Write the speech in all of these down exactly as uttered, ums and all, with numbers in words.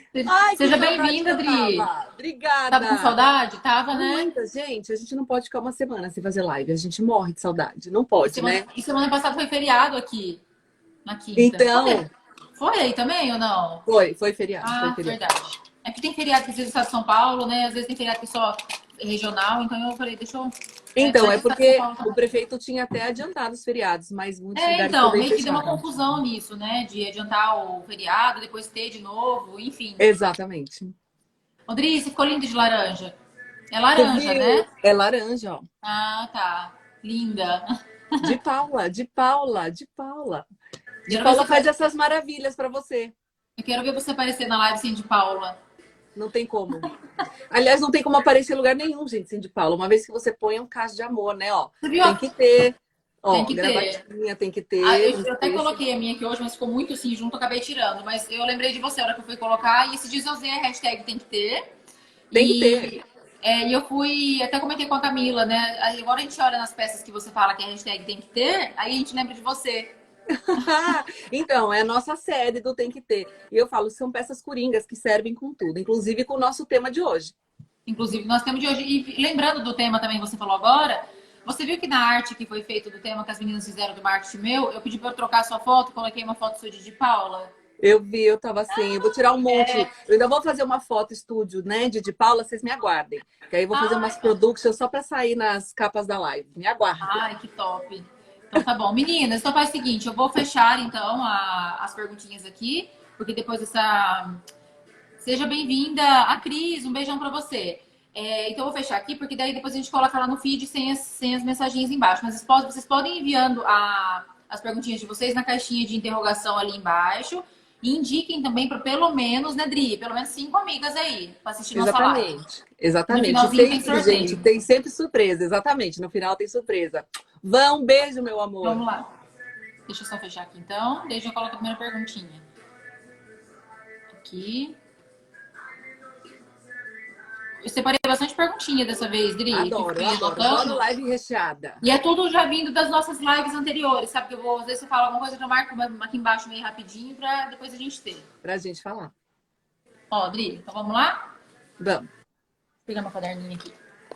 Ai, que Seja saudade que bem-vinda, eu Dri. tava. Tava com Obrigada. saudade? Tava, né? Muita gente, a gente não pode ficar uma semana sem fazer live. A gente morre de saudade. Não E pode, semana, né? e semana passada foi feriado aqui, na quinta. Foi, Então, foi aí também ou não? foi, foi feriado, foi Ah, feriado. verdade. É que tem feriado que às vezes é de São Paulo, né? Às vezes tem feriado que é só regional, então eu falei, deixa eu. É, Então, vai é que está de São porque Paulo o também. prefeito tinha até adiantado os feriados, mas muitos É, lugares então, também meio que deu uma fecharam. confusão nisso, né? De adiantar o feriado, depois ter de novo, enfim. Exatamente. Rodrigo, você ficou lindo de laranja. É Você laranja, né? viu? É laranja, ó. Ah, tá. Linda. De Paula, de Paula, de Paula. De Quero ver Paula você. faz essas maravilhas para você. Eu quero ver você aparecer na live assim de Paula. Não tem como. Aliás, não tem como aparecer em lugar nenhum, gente, sem de Paula. Uma vez que você põe é um caso de amor, né? Ó, Você viu? tem que ter. Tem Ó, que ter. gravatinha, tem que Ah, ter, eu, não eu até esqueça. coloquei a minha aqui hoje, mas ficou muito assim junto, acabei tirando. Mas eu lembrei de você a hora que eu fui colocar. E esse dias eu usei a hashtag tem que ter. Tem que ter. E, é, e eu fui, até comentei com a Camila, né? Aí agora a gente olha nas peças que você fala que a hashtag tem que ter, aí a gente lembra de você. Então, é a nossa série do Tem que Ter. E eu falo, são peças coringas que servem com tudo, inclusive com o nosso tema de hoje. Inclusive, nós temos de hoje. E lembrando do tema também, você falou agora. Você viu que na arte que foi feita do tema que as meninas fizeram do marketing meu, eu pedi para eu trocar a sua foto, coloquei uma foto sua de de Paula. Eu vi, eu tava assim, eu vou tirar um monte. Eu ainda vou fazer uma foto estúdio, né, de, de Paula, vocês me aguardem. Que aí eu vou fazer umas Ai, productions só para sair nas capas da live. Me aguardem. ai, que top. Então tá bom. Meninas, então faz o seguinte, eu vou fechar então a- as perguntinhas aqui, porque depois dessa. Seja bem-vinda, a Cris, um beijão pra você. É, então eu vou fechar aqui, porque daí depois a gente coloca lá no feed sem as, sem as mensagens embaixo. Mas vocês podem, vocês podem ir enviando a- as perguntinhas de vocês na caixinha de interrogação ali embaixo. E indiquem também para pelo menos, né, Dri? Pelo menos cinco amigas aí para assistir nossa live. Exatamente, E no exatamente. E finalzinho tem sempre, gente, sorteio. tem sempre surpresa, exatamente. No final tem surpresa. Vão, um beijo, meu amor. Vamos lá. Deixa eu só fechar aqui então. Deixa eu colocar a primeira perguntinha. Aqui. Eu separei bastante perguntinha dessa vez, Dri, que eu Adoro, eu fui adoro. Adoro anotando. live recheada. E é tudo já vindo das nossas lives anteriores, sabe? Que eu vou, às vezes você fala alguma coisa, eu já marco aqui embaixo meio rapidinho pra depois a gente ter. Pra gente falar. Ó, Dri, então vamos lá? Vamos. Vou pegar uma caderninha aqui.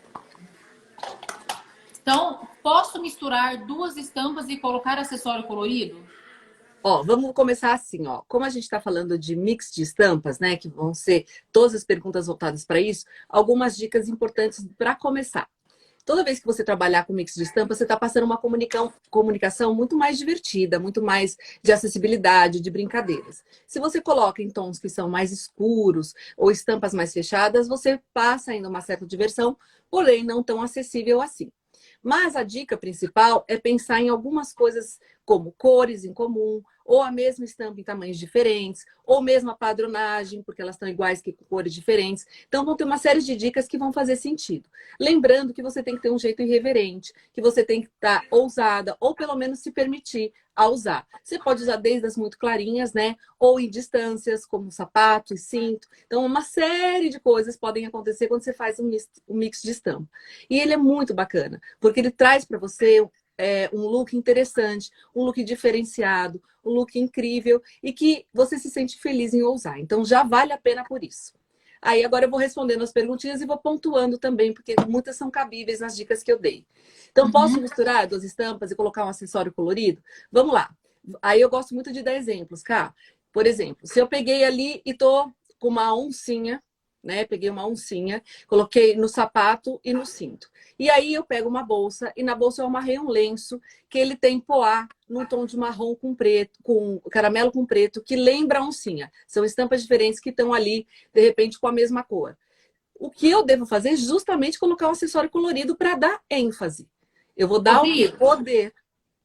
Então, posso misturar duas estampas e colocar acessório colorido? Ó, vamos começar assim, ó. Como a gente está falando de mix de estampas, né? Que vão ser todas as perguntas voltadas para isso, algumas dicas importantes para começar. Toda vez que você trabalhar com mix de estampas, você está passando uma comunicão, comunicação muito mais divertida, muito mais de acessibilidade, de brincadeiras. Se você coloca em tons que são mais escuros ou estampas mais fechadas, você passa ainda uma certa diversão, porém não tão acessível assim. Mas a dica principal é pensar em algumas coisas como cores em comum, ou a mesma estampa em tamanhos diferentes, ou mesmo a padronagem, porque elas estão iguais que com cores diferentes. Então vão ter uma série de dicas que vão fazer sentido. Lembrando que você tem que ter um jeito irreverente, que você tem que estar ousada, ou pelo menos se permitir a usar. Você pode usar desde as muito clarinhas, né? Ou em distâncias, como sapato e cinto. Então, uma série de coisas podem acontecer quando você faz um mix, um mix de estampa. E ele é muito bacana, porque ele traz para você é, um look interessante, um look diferenciado, um look incrível e que você se sente feliz em ousar. Então, já vale a pena por isso. Aí, agora eu vou respondendo as perguntinhas e vou pontuando também, porque muitas são cabíveis nas dicas que eu dei. Então, posso Uhum. misturar duas estampas e colocar um acessório colorido? Vamos lá. Aí eu gosto muito de dar exemplos, cá. Por exemplo, se eu peguei ali e tô com uma oncinha, né? Peguei uma oncinha, coloquei no sapato e no cinto. E aí eu pego uma bolsa e na bolsa eu amarrei um lenço que ele tem poá num tom de marrom com preto, com caramelo com preto, que lembra a oncinha. São estampas diferentes que estão ali, de repente, com a mesma cor. O que eu devo fazer é justamente colocar um acessório colorido para dar ênfase. Eu vou dar o quê? Rodrigo, Poder.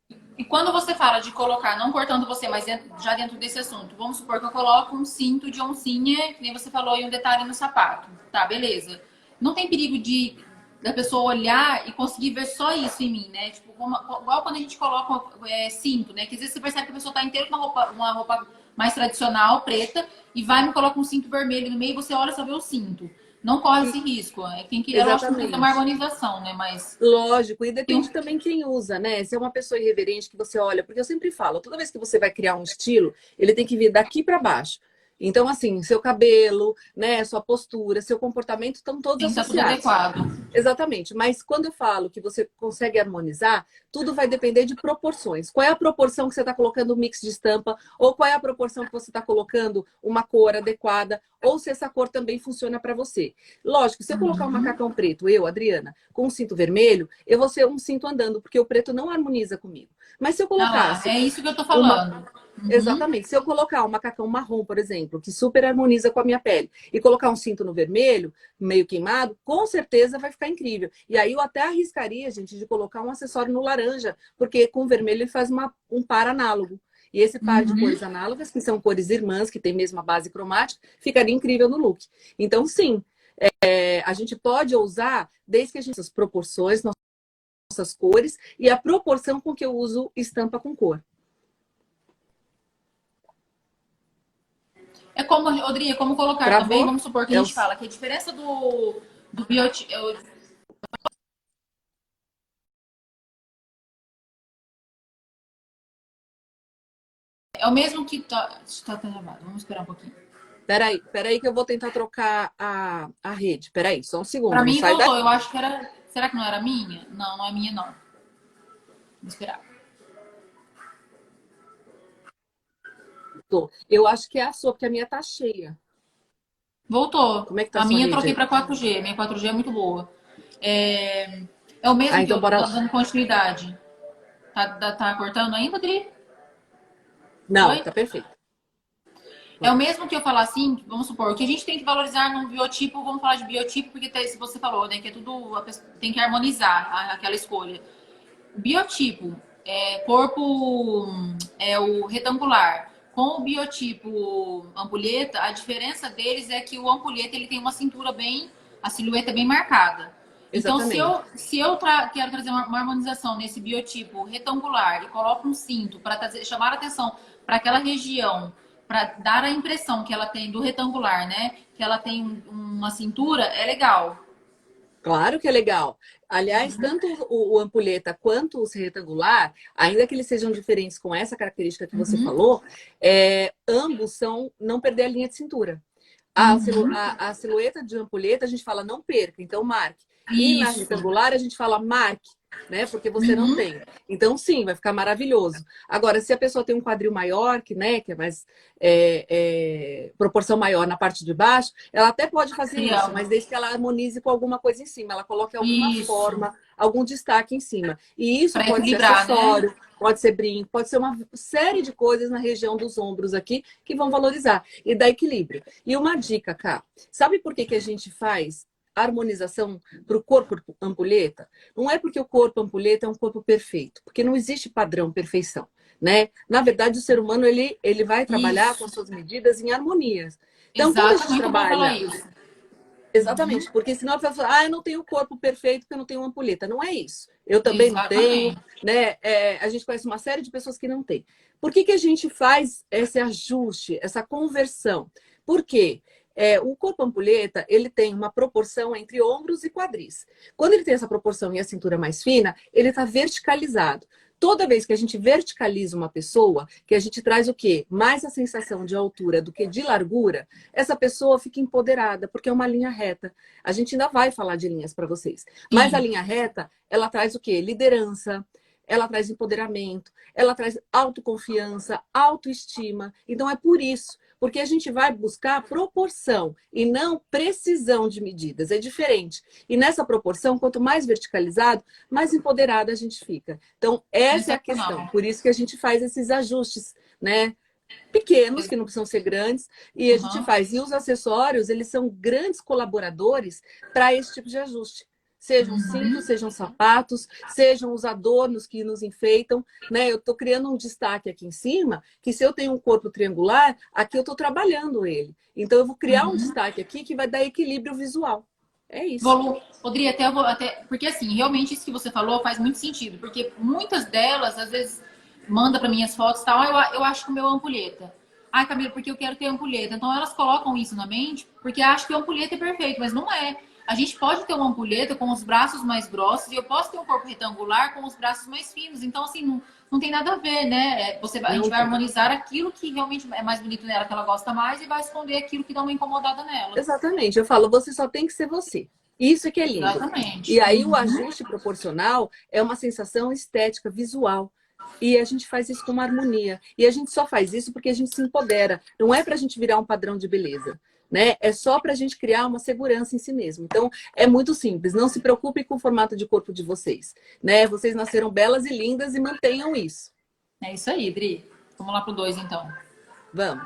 e quando você fala de colocar, não cortando você, mas dentro- já dentro desse assunto, vamos supor que eu coloco um cinto de oncinha, que nem você falou, e um detalhe no sapato. Tá, beleza. Não tem perigo de da pessoa olhar e conseguir ver só isso em mim, né? Tipo, como- igual quando a gente coloca é, cinto, né? Que às vezes você percebe que a pessoa tá inteira com uma roupa, uma roupa mais tradicional, preta, e vai e me coloca um cinto vermelho no meio e você olha e só vê o cinto. Não corre esse E- risco. É, tem que, é lógico que tem que ter uma Exatamente. harmonização, né? Mas Lógico, e tem depende um. também quem usa, né? Se é uma pessoa irreverente que você olha, porque eu sempre falo, toda vez que você vai criar um estilo, ele tem que vir daqui para baixo. Então, assim, seu cabelo, né, sua postura, seu comportamento estão todos Tem que estar tudo associados. adequado. Exatamente. Mas quando eu falo que você consegue harmonizar, tudo vai depender de proporções. Qual é a proporção que você está colocando o mix de estampa? Ou qual é a proporção que você está colocando uma cor adequada? Ou se essa cor também funciona para você. Lógico, se eu colocar um macacão preto, eu, Adriana, com um cinto vermelho, eu vou ser um cinto andando, porque o preto não harmoniza comigo. Mas se eu Ah lá, colocasse é isso que eu tô uma falando. Uhum. Exatamente. Se eu colocar um macacão marrom, por exemplo, que super harmoniza com a minha pele, e colocar um cinto no vermelho, meio queimado, com certeza vai ficar incrível. E aí eu até arriscaria, gente, de colocar um acessório no laranja, porque com o vermelho ele faz uma, um par análogo. E esse par de Uhum. cores análogas, que são cores irmãs, que tem mesma base cromática, ficaria incrível no look. Então, sim, é, a gente pode usar, desde que a gente as proporções, nossas cores, e a proporção com que eu uso estampa com cor. É como, Rodrigo, é como colocar também, Travou? vamos supor que a É gente os... fala que a diferença do, do biotipo. É o mesmo que tá, tá travado. Vamos esperar um pouquinho. Peraí, peraí que eu vou tentar trocar a, a rede. Peraí, só um Para segundo, não mim sai voltou. daí. Eu acho que era. Será que não era minha? Não, não é minha, não. Vamos esperar. Eu acho que é a sua, porque a minha tá cheia. Voltou. Como é que tá a A sua minha eu rede troquei aí? para quatro G. Minha quatro G é muito boa. É, é o Ah, mesmo que então eu bora lá. dando continuidade. Tá, tá, tá cortando ainda, Adri? Não, Oi? tá perfeito. É o Vai. mesmo que eu falar assim, vamos supor, o que a gente tem que valorizar num biotipo, vamos falar de biotipo, porque se você falou, né, que é tudo, tem que harmonizar a, aquela escolha. Biotipo, é, corpo é o retangular. Com o biotipo ampulheta, a diferença deles é que o ampulheta ele tem uma cintura bem, a silhueta bem marcada. Então, se Exatamente. eu, se eu tra quero trazer uma, uma harmonização nesse biotipo retangular e coloco um cinto para chamar a atenção para aquela região, para dar a impressão que ela tem do retangular, né? Que ela tem um, uma cintura, é legal. Claro que é legal. Aliás, tanto o, o ampulheta quanto o retangular, ainda que eles sejam diferentes com essa característica que você Uhum. falou, é, ambos são não perder a linha de cintura. A, silu, Uhum. a, a silhueta de ampulheta a gente fala não perca, então marque. E na Isso. retangular a gente fala marque, né? Porque você não Uhum. tem. Então, sim, vai ficar maravilhoso. Agora, se a pessoa tem um quadril maior, que, né, que é mais é, é, proporção maior na parte de baixo, ela até pode fazer isso, mas Triângulo. desde que ela harmonize com alguma coisa em cima, ela coloque alguma Isso. forma, algum destaque em cima. E isso Para pode ser equilibrar, né? acessório, pode ser brinco, pode ser uma série de coisas na região dos ombros aqui que vão valorizar e dar equilíbrio. E uma dica, Cá, sabe por que, que a gente faz harmonização para o corpo ampulheta? Não é porque o corpo ampulheta é um corpo perfeito, porque não existe padrão perfeição, né? Na verdade, o ser humano ele, ele vai trabalhar com Isso. as suas medidas em harmonias. Então, quando a Exato, gente muito bom falar trabalha isso. Uhum. exatamente, porque senão a pessoa fala, ah, eu não tenho o corpo perfeito porque eu não tenho uma ampulheta. Não é isso. Eu também não tenho, Exatamente. né? É, a gente conhece uma série de pessoas que não têm. Por que, que a gente faz esse ajuste, essa conversão? Por quê? É, o corpo ampulheta, ele tem uma proporção entre ombros e quadris. Quando ele tem essa proporção e a cintura mais fina, ele está verticalizado. Toda vez que a gente verticaliza uma pessoa, que a gente traz o quê? Mais a sensação de altura do que de largura, essa pessoa fica empoderada, porque é uma linha reta. A gente ainda vai falar de linhas para vocês. Mas a Sim. linha reta, ela traz o quê? Liderança, ela traz empoderamento, ela traz autoconfiança, autoestima. Então é por isso, porque a gente vai buscar proporção e não precisão de medidas. É diferente. E nessa proporção, quanto mais verticalizado, mais empoderada a gente fica. Então, essa é a questão. Sensacional. Por isso que a gente faz esses ajustes, né? Pequenos, que não precisam ser grandes, e a gente Uhum. faz. E os acessórios, eles são grandes colaboradores para esse tipo de ajuste. Sejam cintos, Uhum. sejam sapatos, sejam os adornos que nos enfeitam, né? Eu estou criando um destaque aqui em cima, que se eu tenho um corpo triangular, aqui eu estou trabalhando ele. Então, eu vou criar um Uhum. destaque aqui que vai dar equilíbrio visual. É isso. Volu... Poderia até, até. Porque assim, realmente isso que você falou faz muito sentido. Porque muitas delas, às vezes, manda para minhas fotos e tal, ah, eu, eu acho que o meu é ampulheta. Ai, Camila, porque eu quero ter ampulheta. Então elas colocam isso na mente porque acham que a ampulheta é perfeito, mas não é. A gente pode ter uma ampulheta com os braços mais grossos e eu posso ter um corpo retangular com os braços mais finos. Então, assim, não, não tem nada a ver, né? É, Você vai, a gente Não vai tem. harmonizar aquilo que realmente é mais bonito nela, que ela gosta mais, e vai esconder aquilo que dá uma incomodada nela. Exatamente. Eu falo, você só tem que ser você. Isso que é lindo. E Exatamente. aí o Uhum. ajuste proporcional é uma sensação estética, visual. E a gente faz isso com uma harmonia. E a gente só faz isso porque a gente se empodera. Não é para a gente virar um padrão de beleza. Né? É só para a gente criar uma segurança em si mesmo. Então, é muito simples. Não se preocupe com o formato de corpo de vocês. Né? Vocês nasceram belas e lindas e mantenham isso. É isso aí, Dri. Vamos lá pro dois, então. Vamos.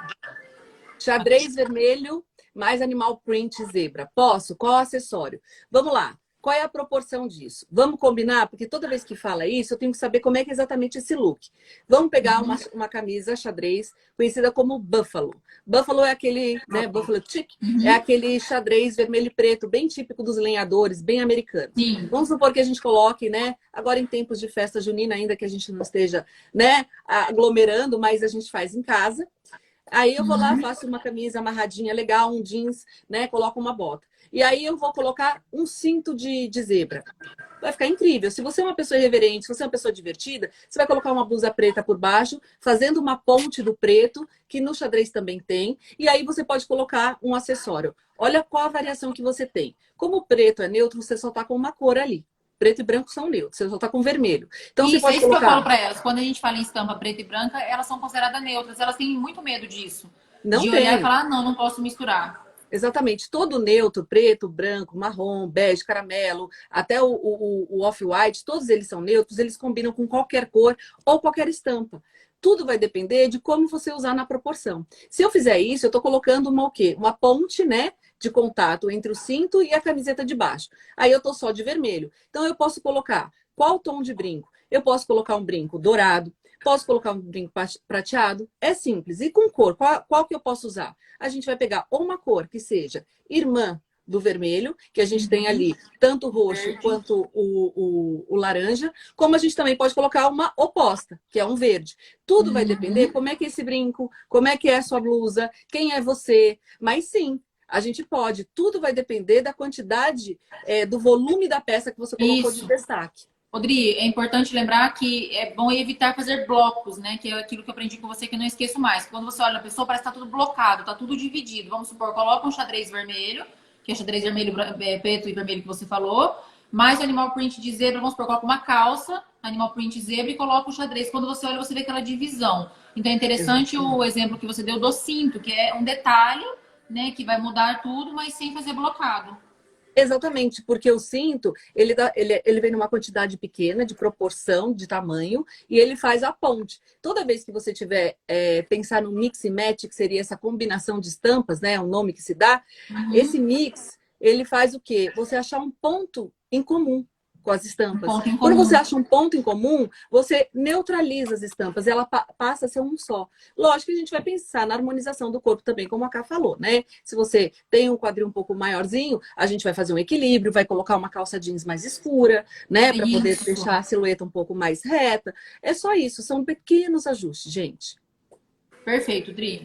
Xadrez vermelho mais animal print zebra. Posso? Qual acessório? Vamos lá. Qual é a proporção disso? Vamos combinar? Porque toda vez que fala isso, eu tenho que saber como é que é exatamente esse look. Vamos pegar uma, uma camisa xadrez conhecida como Buffalo. Buffalo é aquele, né, Buffalo chic, é Uhum. aquele xadrez vermelho e preto, bem típico dos lenhadores, bem americano. Sim. Vamos supor que a gente coloque, né, agora em tempos de festa junina, ainda que a gente não esteja, né, aglomerando, mas a gente faz em casa. Aí eu vou lá, Uhum. faço uma camisa amarradinha legal, um jeans, né? Coloco uma bota. E aí eu vou colocar um cinto de, de zebra. Vai ficar incrível. Se você é uma pessoa irreverente, se você é uma pessoa divertida, você vai colocar uma blusa preta por baixo, fazendo uma ponte do preto, que no xadrez também tem. E aí você pode colocar um acessório. Olha qual a variação que você tem. Como o preto é neutro, você só tá com uma cor ali. Preto e branco são neutros, você só tá com vermelho. Então você Isso, é pode isso que eu falo colocar. para elas. Quando a gente fala em estampa preta e branca, elas são consideradas neutras. Elas têm muito medo disso. Não De olhar e tem. falar, ah, não, não posso misturar. Exatamente, todo neutro, preto, branco, marrom, bege, caramelo, até o, o, o off-white, todos eles são neutros, eles combinam com qualquer cor ou qualquer estampa. Tudo vai depender de como você usar na proporção. Se eu fizer isso, eu estou colocando uma o quê? Uma ponte, né, de contato entre o cinto e a camiseta de baixo. Aí eu estou só de vermelho. Então eu posso colocar qual tom de brinco? Eu posso colocar um brinco dourado, posso colocar um brinco prateado. É simples. E com cor, qual, qual que eu posso usar? A gente vai pegar ou uma cor que seja irmã do vermelho, que a gente tem ali tanto o roxo Verde. quanto o, o, o laranja, como a gente também pode colocar uma oposta, que é um verde. Tudo vai depender Uhum. como é que é esse brinco, como é que é a sua blusa, quem é você. Mas sim, a gente pode. Tudo vai depender da quantidade, é, do volume da peça que você colocou de Isso. destaque. Rodri, é importante lembrar que é bom evitar fazer blocos, né? Que é aquilo que eu aprendi com você que eu não esqueço mais. Quando você olha a pessoa, parece que tá tudo blocado, tá tudo dividido. Vamos supor, coloca um xadrez vermelho, que é o xadrez vermelho, é, preto e vermelho que você falou, mais o animal print de zebra, vamos supor, coloca uma calça, animal print zebra e coloca o xadrez. Quando você olha, você vê aquela divisão. Então é interessante o Exatamente. exemplo que você deu do cinto, que é um detalhe, né? Que vai mudar tudo, mas sem fazer blocado. Exatamente, porque o cinto, ele, dá, ele, ele vem numa quantidade pequena, de proporção, de tamanho, e ele faz a ponte. Toda vez que você tiver, é, pensar no mix e match, que seria essa combinação de estampas, né, o nome que se dá, esse Uhum. mix, ele faz o quê? Você achar um ponto em comum com as Um estampas. ponto em Quando você comum. acha um ponto em comum, você neutraliza as estampas, ela pa passa a ser um só. Lógico que a gente vai pensar na harmonização do corpo também, como a Ká falou, né? Se você tem um quadril um pouco maiorzinho, a gente vai fazer um equilíbrio, vai colocar uma calça jeans mais escura, né? Para poder Isso. deixar a silhueta um pouco mais reta. É só isso, são pequenos ajustes, gente. Perfeito, Dri.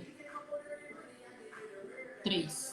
Três.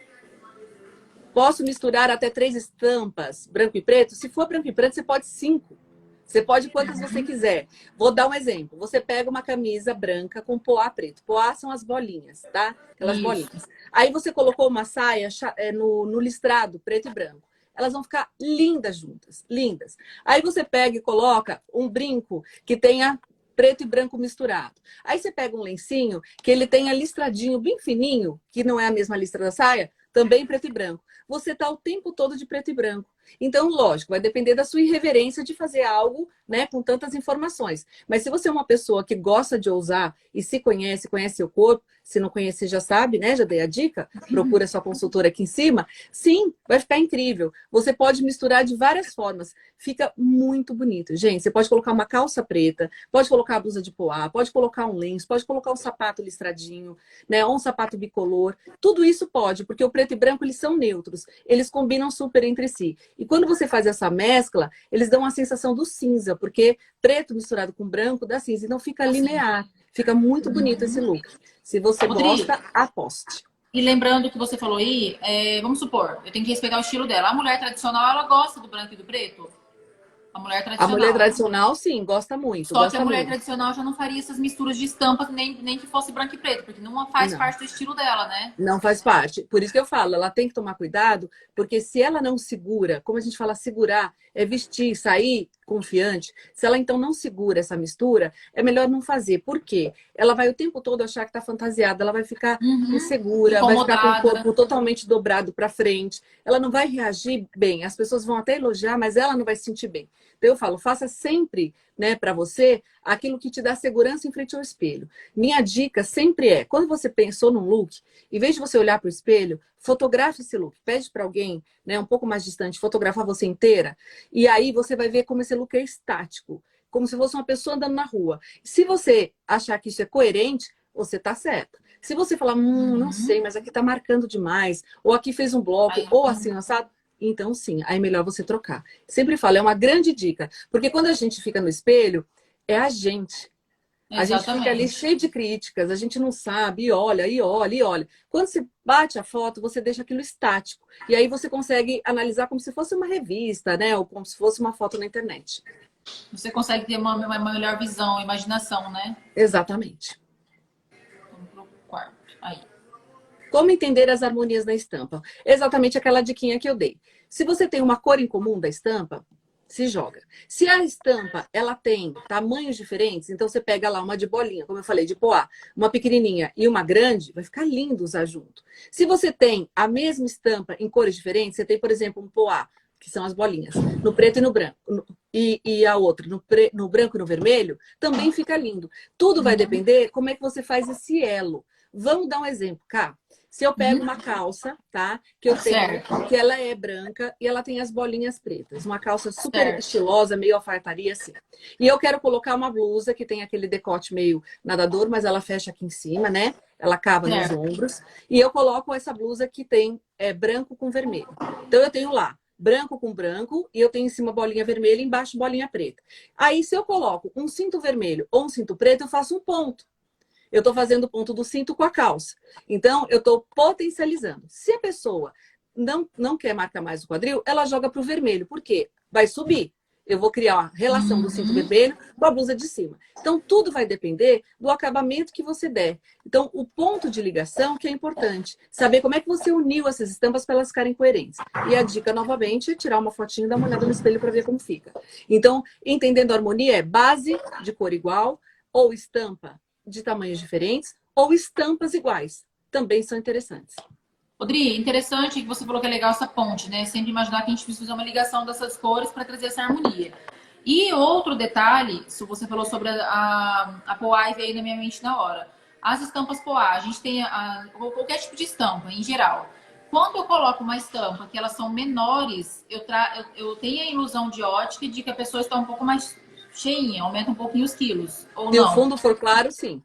Posso misturar até três estampas, branco e preto? Se for branco e preto, você pode cinco. Você pode quantas você quiser. Vou dar um exemplo. Você pega uma camisa branca com poá preto. Poá são as bolinhas, tá? Aquelas Isso. bolinhas. Aí você colocou uma saia no, no listrado, preto e branco. Elas vão ficar lindas juntas, lindas. Aí você pega e coloca um brinco que tenha preto e branco misturado. Aí você pega um lencinho que ele tenha listradinho bem fininho, que não é a mesma listra da saia, também preto e branco. Você tá o tempo todo de preto e branco. Então, lógico, vai depender da sua irreverência de fazer algo, né, com tantas informações. Mas se você é uma pessoa que gosta de ousar e se conhece, conhece seu corpo, se não conhecer já sabe, né, já dei a dica, procura sua consultora aqui em cima, sim, vai ficar incrível. Você pode misturar de várias formas, fica muito bonito. Gente, você pode colocar uma calça preta, pode colocar a blusa de poá, pode colocar um lenço, pode colocar um sapato listradinho, né, ou um sapato bicolor. Tudo isso pode, porque o preto e branco, eles são neutros, eles combinam super entre si. E quando você faz essa mescla, eles dão a sensação do cinza, porque preto misturado com branco dá cinza, então fica Assim. linear. Fica muito bonito esse look. Se você Rodrigo, gosta, aposte. e lembrando que você falou aí, é, vamos supor, eu tenho que respeitar o estilo dela. A mulher tradicional, ela gosta do branco e do preto? A mulher A mulher tradicional. tradicional, sim, gosta muito, Só que a gosta mulher muito. tradicional já não faria essas misturas de estampas, nem, nem que fosse branco e preto, porque não faz Não. parte do estilo dela, né? Não faz parte. Por isso que eu falo, ela tem que tomar cuidado, porque se ela não segura, como a gente fala segurar, é vestir, sair confiante. Se ela então não segura essa mistura, é melhor não fazer. Por quê? Ela vai o tempo todo achar que está fantasiada, ela vai ficar Uhum. insegura, vai ficar com o Incomodada, né? corpo totalmente dobrado para frente. Ela não vai reagir bem. As pessoas vão até elogiar, mas ela não vai se sentir bem. Então eu falo, faça sempre, né, para você aquilo que te dá segurança em frente ao espelho. Minha dica sempre é, quando você pensou num look, em vez de você olhar para o espelho, fotografe esse look. Pede para alguém, né, um pouco mais distante, fotografar você inteira. E aí você vai ver como esse look é estático. Como se fosse uma pessoa andando na rua. Se você achar que isso é coerente, você está certa. Se você falar, hum, não sei, Uhum. mas aqui está marcando demais, ou aqui fez um bloco, Aí, ou assim, assado, então sim, aí é melhor você trocar. Sempre falo, é uma grande dica. Porque quando a gente fica no espelho, é a gente. A gente fica ali exatamente. cheio de críticas, a gente não sabe, e olha, e olha, e olha. Quando você bate a foto, você deixa aquilo estático. E aí você consegue analisar como se fosse uma revista, né? Ou como se fosse uma foto na internet. Você consegue ter uma, uma melhor visão, imaginação, né? Exatamente. Vamos pro quarto. Aí. Como entender as harmonias da estampa? Exatamente aquela diquinha que eu dei. Se você tem uma cor em comum da estampa, se joga. Se a estampa ela tem tamanhos diferentes, então você pega lá uma de bolinha, como eu falei, de poá, uma pequenininha e uma grande, vai ficar lindo usar junto. Se você tem a mesma estampa em cores diferentes, você tem, por exemplo, um poá, que são as bolinhas, no preto e no branco, e, e a outra no, pre, no branco e no vermelho, também fica lindo. Tudo vai Uhum. depender como é que você faz esse elo. Vamos dar um exemplo, cá. Se eu pego Uhum. uma calça, tá? Que eu tenho, Certo, que ela é branca e ela tem as bolinhas pretas. Uma calça super certo. estilosa, meio alfaiataria assim. E eu quero colocar uma blusa que tem aquele decote meio nadador, mas ela fecha aqui em cima, né? Ela cava nos Certo. ombros. E eu coloco essa blusa que tem é, branco com vermelho. Então eu tenho lá branco com branco e eu tenho em cima bolinha vermelha e embaixo bolinha preta. Aí se eu coloco um cinto vermelho ou um cinto preto, eu faço um ponto. Eu estou fazendo o ponto do cinto com a calça. Então, eu estou potencializando. Se a pessoa não, não quer marcar mais o quadril, ela joga para o vermelho. Por quê? Vai subir. Eu vou criar uma relação do cinto Uhum. vermelho com a blusa de cima. Então, tudo vai depender do acabamento que você der. Então, o ponto de ligação que é importante. Saber como é que você uniu essas estampas para elas ficarem coerentes. E a dica, novamente, é tirar uma fotinha e dar uma olhada no espelho para ver como fica. Então, entendendo a harmonia é base de cor igual ou estampa de tamanhos diferentes ou estampas iguais. Também são interessantes. Rodri, interessante que você falou que é legal essa ponte, né? Sempre imaginar que a gente precisa fazer uma ligação dessas cores para trazer essa harmonia. E outro detalhe, se você falou sobre a, a, a Poá e veio na minha mente na hora. As estampas Poá, a gente tem a, qualquer tipo de estampa, em geral. Quando eu coloco uma estampa que elas são menores, eu, tra, eu, eu tenho a ilusão de ótica de que a pessoa está um pouco mais cheinha, aumenta um pouquinho os quilos, ou Se o não. fundo for claro, sim.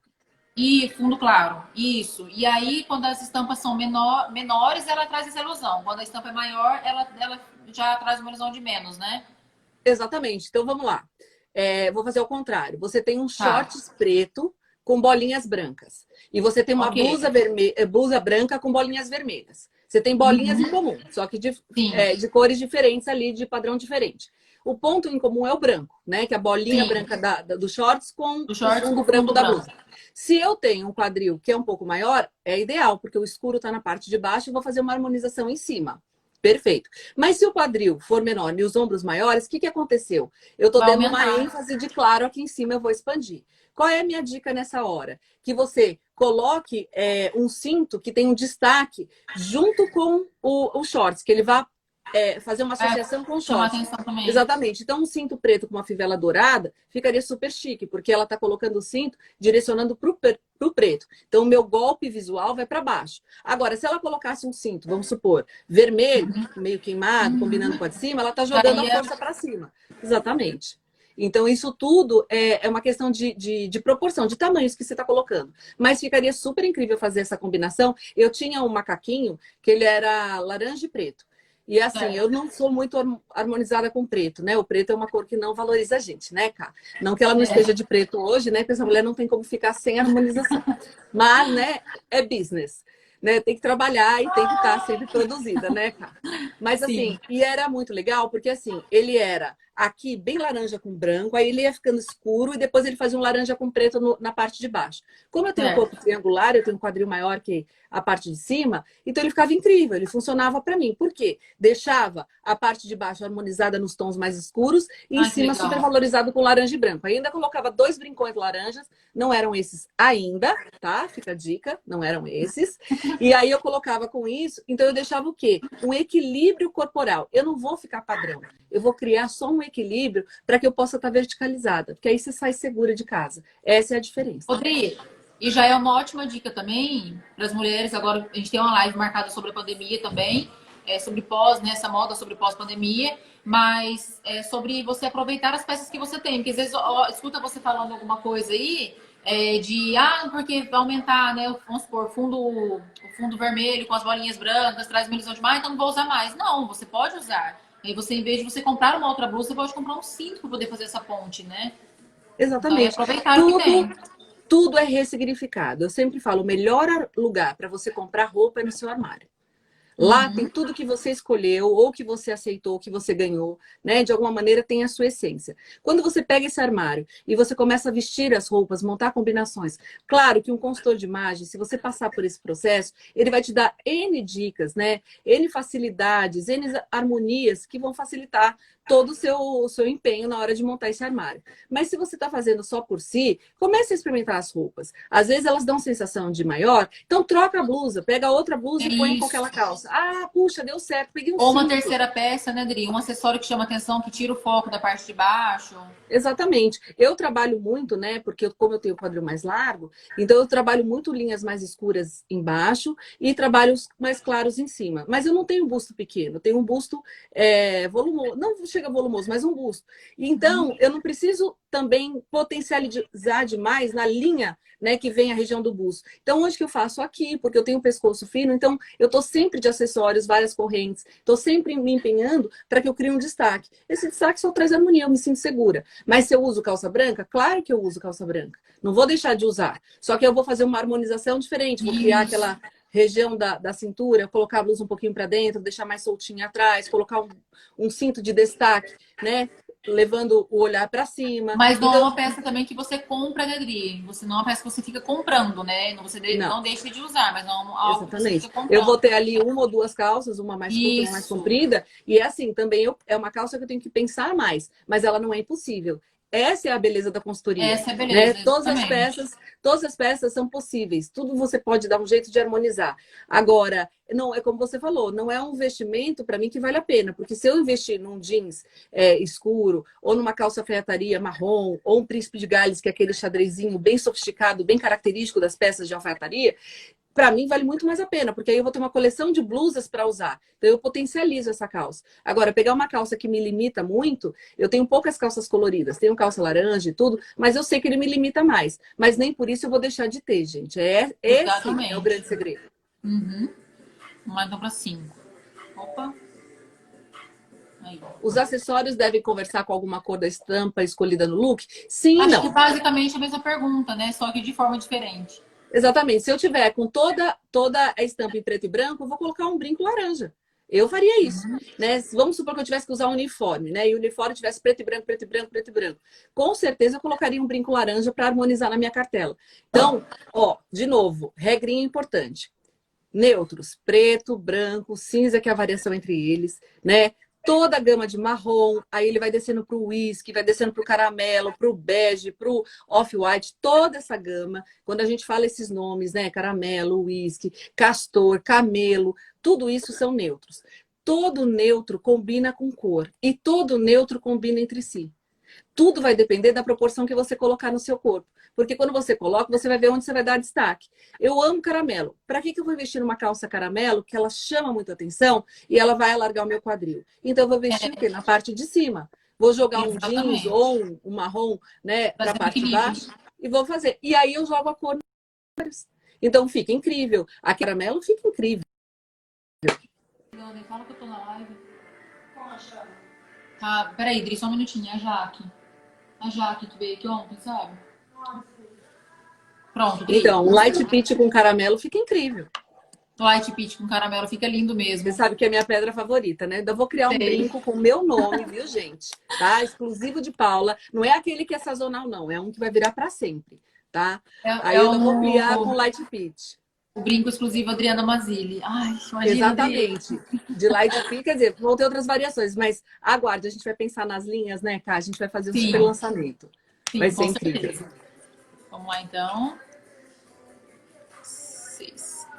E fundo claro, isso. E aí, quando as estampas são menor, menores, ela traz essa ilusão. Quando a estampa é maior, ela, ela já traz uma ilusão de menos, né? Exatamente. Então vamos lá. É, vou fazer o contrário. Você tem um Tá. shorts preto com bolinhas brancas. E você tem uma Ok. blusa, verme... blusa branca com bolinhas vermelhas. Você tem bolinhas em Uhum. comum, só que de, Sim, é, de cores diferentes ali, de padrão diferente. O ponto em comum é o branco, né? Que é a bolinha sim. branca da, da, do shorts com Do o shorts fundo com branco fundo da branco. blusa. Se eu tenho um quadril que é um pouco maior, é ideal, porque o escuro está na parte de baixo e vou fazer uma harmonização em cima. Perfeito. Mas se o quadril for menor e os ombros maiores, o que, que aconteceu? Eu estou Vai dando uma aumentar. ênfase de claro aqui em cima, eu vou expandir. Qual é a minha dica nessa hora? Que você coloque é, um cinto que tem um destaque junto com o, o shorts, que ele vá é, fazer uma associação com É, o chamar shorts. atenção também. Exatamente. Então, um cinto preto com uma fivela dourada ficaria super chique, porque ela está colocando o cinto direcionando para o preto. Então, o meu golpe visual vai para baixo. Agora, se ela colocasse um cinto, vamos supor, vermelho, meio queimado, combinando com a de cima, ela está jogando a Daí é... força para cima. Exatamente. Então, isso tudo é, é uma questão de, de, de proporção, de tamanhos que você está colocando. Mas ficaria super incrível fazer essa combinação. Eu tinha um macaquinho que ele era laranja e preto. E assim, Certo. eu não sou muito harmonizada com preto, né? O preto é uma cor que não valoriza a gente, né, cara? Não que ela não esteja É. de preto hoje, né? Porque essa mulher não tem como ficar sem harmonização. Mas, né, é business. Né? Tem que trabalhar e tem que estar sempre produzida, né, cara? Mas Sim. assim, e era muito legal, porque assim, ele era aqui bem laranja com branco, aí ele ia ficando escuro e depois ele fazia um laranja com preto no, na parte de baixo. Como eu tenho um Certo. corpo triangular, eu tenho um quadril maior que a parte de cima, então ele ficava incrível, ele funcionava para mim. Por quê? Deixava a parte de baixo harmonizada nos tons mais escuros e em Ai, que cima super legal. valorizado com laranja e branco. Aí ainda colocava dois brincões laranjas, não eram esses ainda, tá? Fica a dica, não eram esses. E aí eu colocava com isso, então eu deixava o quê? Um equilíbrio corporal. Eu não vou ficar padrão, eu vou criar só um equilíbrio para que eu possa estar verticalizada, porque aí você sai segura de casa. Essa é a diferença. Rodrigo, e já é uma ótima dica também para as mulheres. Agora a gente tem uma live marcada sobre a pandemia também, é, sobre pós, né, essa moda sobre pós-pandemia, mas é sobre você aproveitar as peças que você tem. Porque às vezes ó, escuta você falando alguma coisa aí é, de ah, porque vai aumentar, né? Vamos supor, fundo, o fundo vermelho com as bolinhas brancas, traz uma ilusão de ah, então não vou usar mais. Não, você pode usar. Aí você, em vez de você comprar uma outra blusa, você pode comprar um cinto para poder fazer essa ponte, né? Então é Exatamente. aproveitar o que Tudo, tem. tudo é ressignificado. Eu sempre falo, o melhor lugar para você comprar roupa é no seu armário. Lá tem Uhum. tudo que você escolheu, ou que você aceitou, que você ganhou, né? De alguma maneira tem a sua essência. Quando você pega esse armário e você começa a vestir as roupas, montar combinações, claro que um consultor de imagem, se você passar por esse processo, ele vai te dar N dicas, né? N facilidades, N harmonias que vão facilitar todo o seu, o seu empenho na hora de montar esse armário. Mas se você está fazendo só por si, comece a experimentar as roupas. Às vezes elas dão sensação de maior, então troca a blusa, pega outra blusa É e põe com isso. aquela calça. Ah, puxa, deu certo, peguei um Ou uma cinto. terceira peça, né, Dri? Um acessório que chama atenção, que tira o foco da parte de baixo. Exatamente. Eu trabalho muito, né? Porque eu, como eu tenho o quadril mais largo, então eu trabalho muito linhas mais escuras embaixo e trabalho os mais claros em cima. Mas eu não tenho um busto pequeno, eu tenho um busto é, volumoso, não chega volumoso, mas um busto. Então, eu não preciso também potencializar demais na linha, né, que vem a região do busto. Então, onde que eu faço? Aqui, porque eu tenho um pescoço fino, então eu estou sempre de acessórios, várias correntes, estou sempre me empenhando para que eu crie um destaque. Esse destaque só traz harmonia, eu me sinto segura. Mas se eu uso calça branca, claro que eu uso calça branca. Não vou deixar de usar. Só que eu vou fazer uma harmonização diferente, vou criar Isso. aquela região da, da cintura, colocar a blusa um pouquinho para dentro, deixar mais soltinha atrás, colocar um, um cinto de destaque, né? Levando o olhar para cima. Mas não é Então, uma peça também que você compra, né, Dri? Você não é uma peça que você fica comprando, né? Você de- não. não deixa de usar, mas não é algo que você Exatamente. fica Eu vou comprando. ter ali uma ou duas calças, uma mais curta, uma mais Isso. comprida, e é assim, também eu, é uma calça que eu tenho que pensar mais, mas ela não é impossível. Essa é a beleza da consultoria, Essa é a né? beleza, Todas as exatamente. peças, todas as peças são possíveis, tudo você pode dar um jeito de harmonizar. Agora, não é como você falou, não é um investimento para mim que vale a pena, porque se eu investir num jeans é, escuro, ou numa calça alfaiataria marrom, ou um príncipe de Gales, que é aquele xadrezinho bem sofisticado, bem característico das peças de alfaiataria, para mim vale muito mais a pena, porque aí eu vou ter uma coleção de blusas para usar. Então eu potencializo essa calça. Agora, pegar uma calça que me limita muito, eu tenho poucas calças coloridas, tenho calça laranja e tudo, mas eu sei que ele me limita mais. Mas nem por isso eu vou deixar de ter, gente. É, esse é o Exatamente. grande segredo. Uhum. Vamos lá então para cinco. Opa. Aí. Os acessórios devem conversar com alguma cor da estampa escolhida no look? Sim e Acho que não. basicamente a mesma pergunta, né? Só que de forma diferente. Exatamente. Se eu tiver com toda, toda a estampa em preto e branco, eu vou colocar um brinco laranja. Eu faria isso, né? Vamos supor que eu tivesse que usar um uniforme, né? E o uniforme tivesse preto e branco, preto e branco, preto e branco. Com certeza eu colocaria um brinco laranja para harmonizar na minha cartela. Então, ó, de novo, regrinha importante. Neutros, preto, branco, cinza, que é a variação entre eles, né? Toda a gama de marrom, aí ele vai descendo para o whisky, vai descendo para o caramelo, para o bege, para o off-white, toda essa gama. Quando a gente fala esses nomes, né? Caramelo, whisky, castor, camelo, tudo isso são neutros. Todo neutro combina com cor e todo neutro combina entre si. Tudo vai depender da proporção que você colocar no seu corpo. Porque quando você coloca, você vai ver onde você vai dar destaque. Eu amo caramelo. Para que, que eu vou vestir uma calça caramelo que ela chama muita atenção e ela vai alargar o meu quadril? Então, eu vou vestir o quê? Na parte de cima. Vou jogar um jeans Exatamente. ou um, um marrom, né, para a Trazer um parte de equilíbrio. baixo e vou fazer. E aí eu jogo a cor. Então, fica incrível. A caramelo fica incrível. Fala que eu tô na live. Tá, peraí, Dri, só um minutinho. A Jaque. A Jaque que veio aqui ontem, sabe? Pronto, Dri. Então, um light peach com caramelo fica incrível. Light peach com caramelo, fica lindo Você mesmo. sabe que é a minha pedra favorita, né? Ainda vou criar um Sei. brinco com o meu nome, viu, gente? Tá? Exclusivo de Paula. Não é aquele que é sazonal, não. É um que vai virar para sempre, tá? É, Aí é eu ainda vou criar com o, Light Peach. o brinco exclusivo Adriana Mazzilli. Ai, imagina, Adri. Exatamente. De Light Peach, quer dizer, vão ter outras variações, mas aguarde, a gente vai pensar nas linhas, né, Cá? A gente vai fazer um super Sim, lançamento. Vai sim, ser com incrível. certeza. Vamos lá, então. Seis.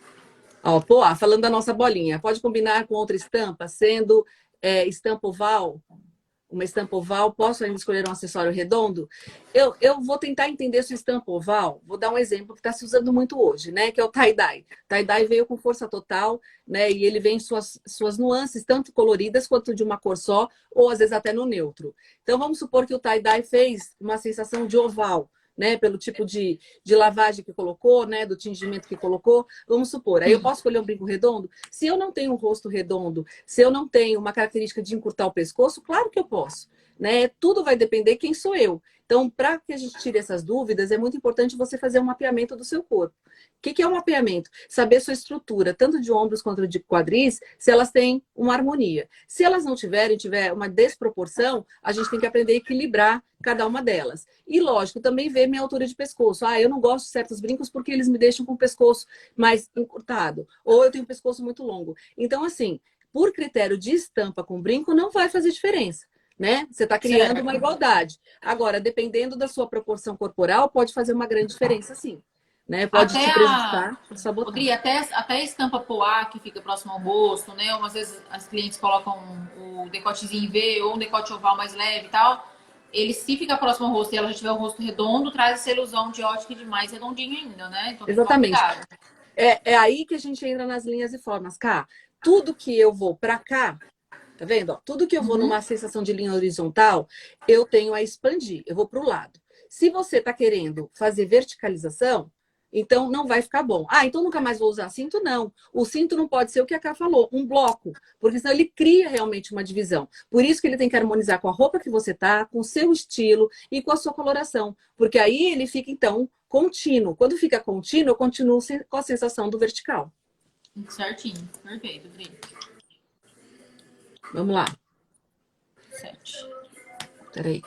Ó, pô, ah, falando da nossa bolinha, pode combinar com outra estampa, sendo é, estampa oval, uma estampa oval, posso ainda escolher um acessório redondo? Eu, eu vou tentar entender sua estampa oval. Vou dar um exemplo que está se usando muito hoje, né? Que é o tie-dye. Tie-dye veio com força total, né? E ele vem em suas, suas nuances, tanto coloridas quanto de uma cor só, ou às vezes até no neutro. Então vamos supor que o tie-dye fez uma sensação de oval. Né, pelo tipo de, de lavagem que colocou, né, do tingimento que colocou, vamos supor. Aí eu Sim, posso escolher um brinco redondo? Se eu não tenho um rosto redondo, se eu não tenho uma característica de encurtar o pescoço, claro que eu posso. Né? Tudo vai depender quem sou eu. Então, para que a gente tire essas dúvidas, é muito importante você fazer um mapeamento do seu corpo. O que, que é o um mapeamento? Saber sua estrutura, tanto de ombros quanto de quadris, se elas têm uma harmonia. Se elas não tiverem, tiver uma desproporção, a gente tem que aprender a equilibrar cada uma delas. E, lógico, também ver minha altura de pescoço. Ah, eu não gosto de certos brincos porque eles me deixam com o pescoço mais encurtado. Ou eu tenho um pescoço muito longo. Então, assim, por critério de estampa com brinco, não vai fazer diferença. Né? Você está criando uma certo. igualdade. Agora, dependendo da sua proporção corporal, pode fazer uma grande diferença, sim. Né? Pode Até te a. prejudicar ou sabotar. Rodrigo, até, até a estampa poá que fica próximo ao rosto, né? Umas vezes as clientes colocam o decotezinho em V ou um decote oval mais leve e tal. Ele, se fica próximo ao rosto e ela já tiver o rosto redondo, traz essa ilusão de ótica de mais redondinho ainda, né? Então tem que tomar Exatamente. cuidado. É, é aí que a gente entra nas linhas e formas. Cá, tudo que eu vou para cá, tá vendo? Ó, tudo que eu vou Uhum. numa sensação de linha horizontal, eu tenho a expandir, eu vou para o lado. Se você está querendo fazer verticalização, então não vai ficar bom. Ah, então nunca mais vou usar cinto? Não. O cinto não pode ser o que a Ká falou, um bloco, porque senão ele cria realmente uma divisão. Por isso que ele tem que harmonizar com a roupa que você tá, com o seu estilo e com a sua coloração, porque aí ele fica então contínuo. Quando fica contínuo, eu continuo com a sensação do vertical. Certinho. Perfeito, Rodrigo. Vamos lá. Sete. Peraí.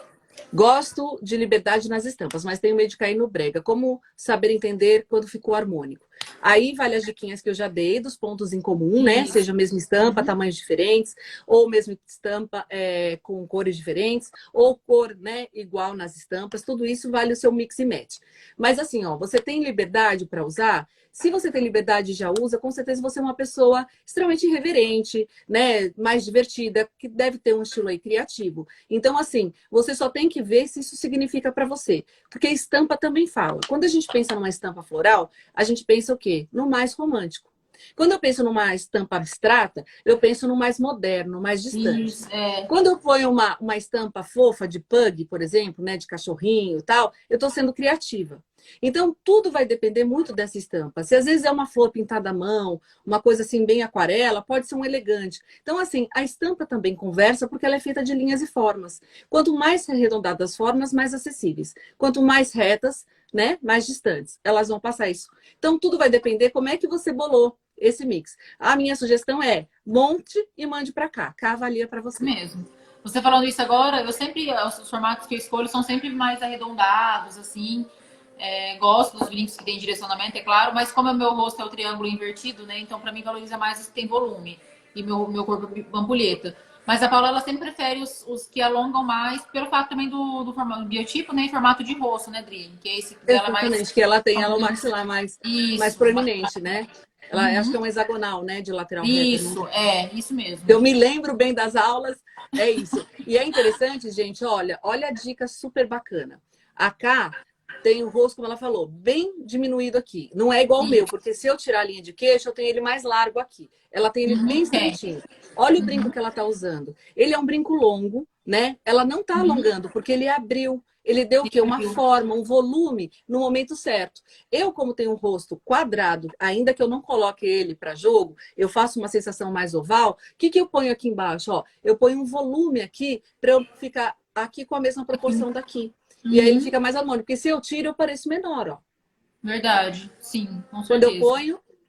Gosto de liberdade nas estampas, mas tenho medo de cair no brega. Como saber entender quando ficou harmônico? Aí vale as diquinhas que eu já dei, dos pontos em comum, né? Isso. Seja a mesma estampa, Uhum. tamanhos diferentes, ou mesma estampa é, com cores diferentes, ou cor, né, igual nas estampas. Tudo isso vale o seu mix e match. Mas assim, ó, você tem liberdade para usar? Se você tem liberdade e já usa, com certeza você é uma pessoa extremamente irreverente, né? Mais divertida, que deve ter um estilo aí criativo. Então, assim, você só tem que ver se isso significa para você. Porque estampa também fala. Quando a gente pensa numa estampa floral, a gente pensa o quê? No mais romântico. Quando eu penso numa estampa abstrata, eu penso no mais moderno, mais distante. Isso, é. Quando eu ponho uma, uma estampa fofa de pug, por exemplo, né, de cachorrinho e tal, eu estou sendo criativa. Então, tudo vai depender muito dessa estampa. Se às vezes é uma flor pintada à mão, uma coisa assim bem aquarela, pode ser um elegante. Então, assim, a estampa também conversa porque ela é feita de linhas e formas. Quanto mais arredondadas as formas, mais acessíveis. Quanto mais retas, né, mais distantes. Elas vão passar isso. Então, tudo vai depender como é que você bolou esse mix. A minha sugestão é monte e mande para cá. Cá avalia para você. Mesmo. Você falando isso agora, eu sempre, os formatos que eu escolho são sempre mais arredondados, assim. É, gosto dos brincos que tem direcionamento, é claro, mas como o meu rosto é o triângulo invertido, né? Então, para mim, valoriza mais os que tem volume. E meu, meu corpo é ampulheta. Mas a Paula, ela sempre prefere os, os que alongam mais, pelo fato também do, do, formato, do biotipo, né? E formato de rosto, né, Dri? Que é esse dela mais... Exatamente, que ela tem ela o maxilar mais, mais Isso. proeminente, né? Ela acho que é Uhum. um hexagonal, né? De lateral reta. Não... Isso, é, isso mesmo. Eu me lembro bem das aulas, é isso. E é interessante, gente, olha, olha a dica super bacana. A Cá tem o rosto, como ela falou, bem diminuído aqui. Não é igual o meu, Isso. porque se eu tirar a linha de queixo, eu tenho ele mais largo aqui. Ela tem ele bem Uhum, tem. estreitinho. Olha o brinco Uhum, que ela tá usando. Ele é um brinco longo, né? Ela não tá uhum. alongando, porque ele abriu. Ele deu o quê? Uma forma, um volume no momento certo. Eu, como tenho um rosto quadrado, ainda que eu não coloque ele para jogo, eu faço uma sensação mais oval. O que, que eu ponho aqui embaixo? Ó, eu ponho um volume aqui para eu ficar aqui com a mesma proporção daqui. E aí ele Uhum. fica mais harmônico. Porque se eu tiro, eu pareço menor, ó. Verdade, sim, com Quando eu certeza. ponho,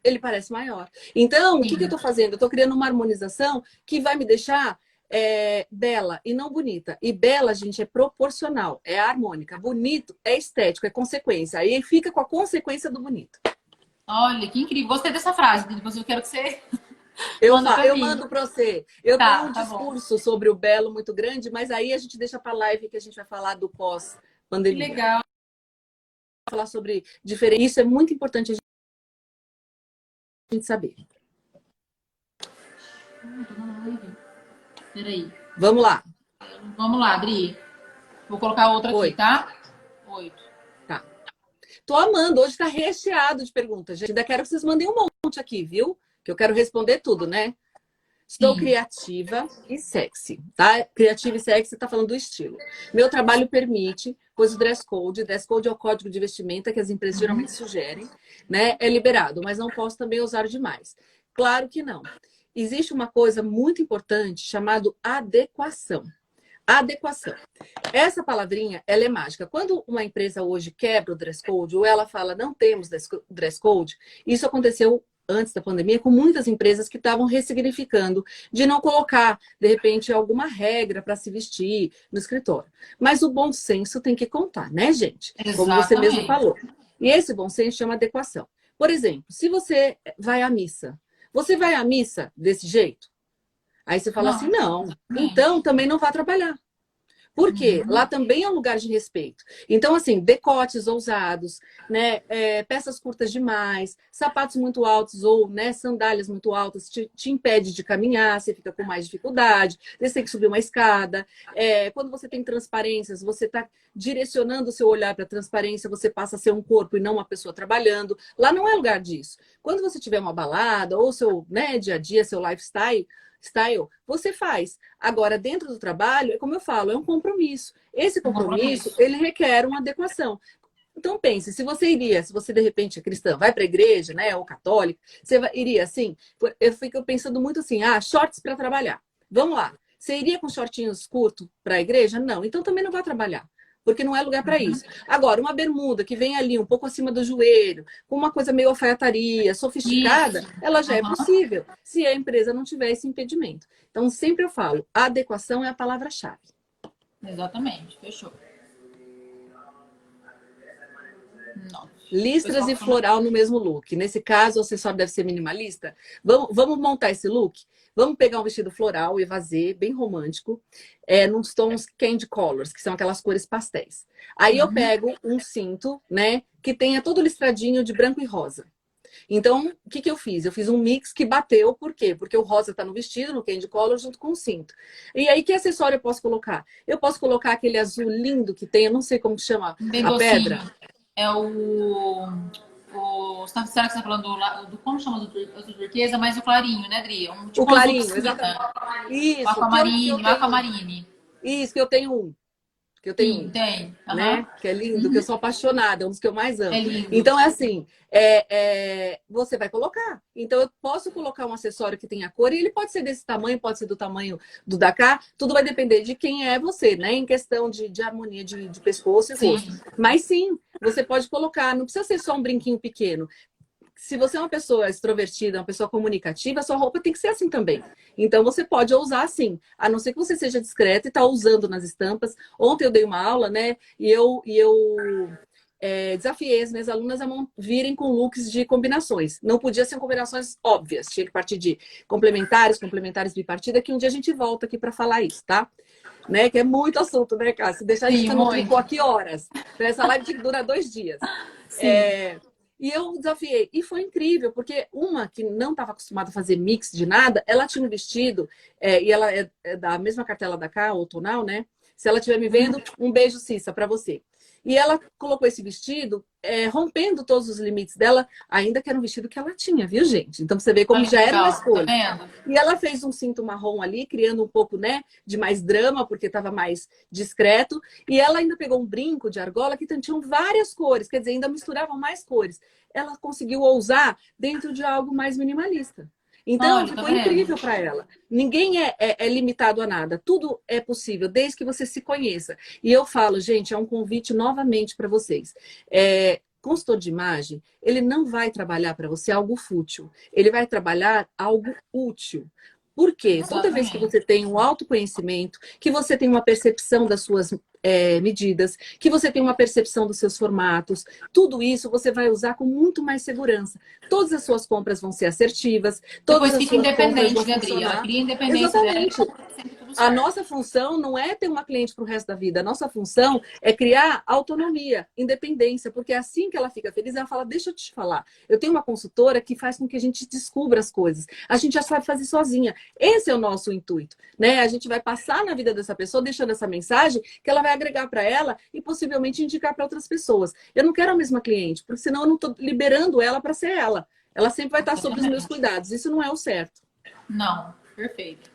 ele parece maior. Então, o que, que eu Sim. estou fazendo? Eu estou criando uma harmonização que vai me deixar é, bela e não bonita. E bela, gente, é proporcional, é harmônica. Bonito é estético, é consequência. Aí fica com a consequência do bonito. Olha, que incrível. Gostei dessa frase. Depois eu quero que você Eu, manda fa pra eu mim. mando para você. Eu tenho Tá, um tá bom. discurso sobre o belo muito grande, mas aí a gente deixa para a live que a gente vai falar do Que pós-pandemia. legal. Falar sobre diferença. Isso é muito importante a gente saber. Ah, tô na live. Peraí. Vamos lá. Vamos lá, Adri. Vou colocar outra aqui, Oi. tá? Oito. Tá. Tô amando. Hoje tá recheado de perguntas. Gente, ainda quero que vocês mandem um monte aqui, viu? Que eu quero responder tudo, né? Estou Sim. criativa e sexy, tá? Criativa e sexy tá falando do estilo. Meu trabalho permite, pois o dress code, dress code é o código de vestimenta que as empresas Uhum. geralmente sugerem, né? É liberado, mas não posso também usar demais. Claro que não. Existe uma coisa muito importante chamada adequação. Adequação. Essa palavrinha, ela é mágica. Quando uma empresa hoje quebra o dress code ou ela fala não temos dress code, isso aconteceu antes da pandemia com muitas empresas que estavam ressignificando de não colocar, de repente, alguma regra para se vestir no escritório. Mas o bom senso tem que contar, né, gente? Como você mesmo Exatamente. falou. E esse bom senso chama adequação. Por exemplo, se você vai à missa, você vai à missa desse jeito? Aí você fala assim, Não, não, então exatamente. também não vá trabalhar. Por quê? Lá Uhum. também é um lugar de respeito. Então, assim, decotes ousados, né? É, peças curtas demais, sapatos muito altos ou né, sandálias muito altas te, te impede de caminhar, você fica com mais dificuldade, você tem que subir uma escada. É, quando você tem transparências, você está direcionando o seu olhar para a transparência, você passa a ser um corpo e não uma pessoa trabalhando. Lá não é lugar disso. Quando você tiver uma balada ou seu né, dia a dia, seu lifestyle, style, você faz. Agora, dentro do trabalho, é como eu falo, é um compromisso. Esse Um compromisso, compromisso. ele requer uma adequação. Então, pense, se você iria, se você de repente é cristã, vai para a igreja, né, ou católica, você vai, iria assim? Eu fico pensando muito assim, ah, shorts para trabalhar. Vamos lá. Você iria com shortinhos curtos para a igreja? Não. Então também não vai trabalhar. Porque não é lugar para Uhum. isso. Agora, uma bermuda que vem ali um pouco acima do joelho, com uma coisa meio alfaiataria, sofisticada, Isso. ela já é Uhum. possível, se a empresa não tiver esse impedimento. Então, sempre eu falo, adequação é a palavra-chave. Exatamente. Fechou. Não. Listras e floral no mesmo look. Nesse caso, o acessório deve ser minimalista. Vamos, vamos montar esse look? Vamos pegar um vestido floral, evasê, bem romântico, é, nos tons candy colors, que são aquelas cores pastéis. Aí eu Uhum. pego um cinto, né, que tenha todo listradinho de branco e rosa. Então, o que, que eu fiz? Eu fiz um mix que bateu, por quê? Porque o rosa tá no vestido, no candy color, junto com o cinto. E aí, que acessório eu posso colocar? Eu posso colocar aquele azul lindo que tem, eu não sei como que chama Bem a docinho. pedra. É o. o será que você está falando do, do. Como chama do azul turquesa? Mas o clarinho, né, Adri? Um, O tipo um azul clarinho, exatamente. piscina. O Isso, que eu, que eu aquamarine, o tenho. aquamarine. Isso, que eu tenho um. Que eu tenho Sim, um. tem. Aham. Né? Que é lindo, que eu Uhum. sou apaixonada, é um dos que eu mais É amo. lindo. Então, é assim, é, é, você vai colocar. Então, eu posso colocar um acessório que tenha cor, e ele pode ser desse tamanho, pode ser do tamanho do da cá, tudo vai depender de quem é você, né? Em questão de, de harmonia de, de pescoço e rosto. Sim. Mas sim, você pode colocar, não precisa ser só um brinquinho pequeno. Se você é uma pessoa extrovertida, uma pessoa comunicativa, sua roupa tem que ser assim também. Então, você pode ousar assim, a não ser que você seja discreta e está usando nas estampas. Ontem eu dei uma aula, né? E eu, e eu é, desafiei as minhas alunas a virem com looks de combinações. Não podia ser combinações óbvias, tinha que partir de complementares, complementares bipartida, que um dia a gente volta aqui para falar isso, tá? Né? Que é muito assunto, né, Cássia? Se deixar a gente Sim, fica no tricô muito. aqui horas. Essa live que dura dois dias. Sim. É... E eu desafiei. E foi incrível, porque uma que não estava acostumada a fazer mix de nada, ela tinha um vestido, é, e ela é, é da mesma cartela da cá, o tonal, né? Se ela estiver me vendo, um beijo, Cissa, para você. E ela colocou esse vestido, é, rompendo todos os limites dela, ainda que era um vestido que ela tinha, viu, gente? Então você vê como Olha que já era uma legal. Tá escolha. vendo? E ela fez um cinto marrom ali, criando um pouco, né, de mais drama, porque estava mais discreto. E ela ainda pegou um brinco de argola que tinham várias cores, quer dizer, ainda misturavam mais cores. Ela conseguiu ousar dentro de algo mais minimalista. Então, Olha, tá ficou vendo? incrível para ela. Ninguém é, é, é limitado a nada. Tudo é possível, desde que você se conheça. E eu falo, gente, é um convite novamente para vocês. É, consultor de imagem, ele não vai trabalhar para você algo fútil. Ele vai trabalhar algo útil. Por quê? Toda vez que você tem um autoconhecimento, que você tem uma percepção das suas é, medidas, que você tem uma percepção dos seus formatos, tudo isso você vai usar com muito mais segurança. Todas as suas compras vão ser assertivas, todas Depois as fica suas compras independente, vão né, Adri? Ela funcionar. cria independência Exatamente. dela, sempre tudo A certo. nossa função não é ter uma cliente para o resto da vida. A nossa função é criar autonomia, independência, porque é assim que ela fica feliz. Ela fala, deixa eu te falar, eu tenho uma consultora que faz com que a gente descubra as coisas. A gente já sabe fazer sozinha. Esse é o nosso intuito, né? A gente vai passar na vida dessa pessoa, deixando essa mensagem que ela vai agregar para ela e possivelmente indicar para outras pessoas. Eu não quero a mesma cliente, porque senão eu não estou liberando ela para ser ela. Ela sempre vai estar sob os meus cuidados. Isso não é o certo. Não, perfeito.